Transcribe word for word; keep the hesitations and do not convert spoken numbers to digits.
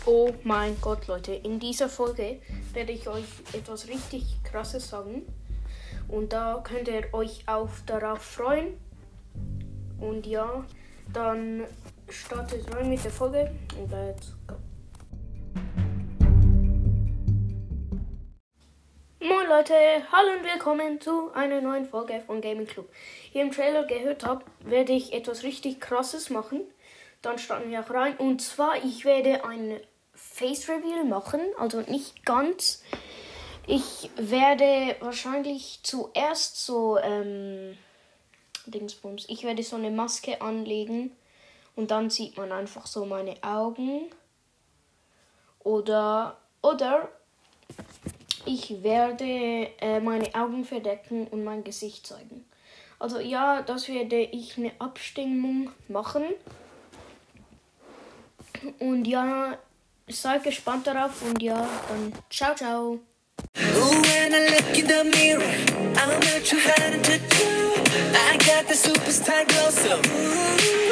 Oh mein Gott, Leute, in dieser Folge werde ich euch etwas richtig Krasses sagen. Und da könnt ihr euch auch darauf freuen. Und ja, dann startet rein mit der Folge und let's go. Moin Leute, hallo und willkommen zu einer neuen Folge von Gaming Club. Wie ihr im Trailer gehört habt, werde ich etwas richtig Krasses machen. Dann starten wir auch rein. Und zwar, ich werde ein Face Reveal machen, also nicht ganz. Ich werde wahrscheinlich zuerst so, ähm, Dingsbums, ich werde so eine Maske anlegen und dann sieht man einfach so meine Augen. Oder, oder ich werde äh, meine Augen verdecken und mein Gesicht zeigen. Also ja, das werde ich eine Abstimmung machen. Und ja, seid gespannt darauf und ja, dann ciao, ciao. Ooh, when I look in the mirror, I'm not too hard to do. I got the superstar glow, so ooh.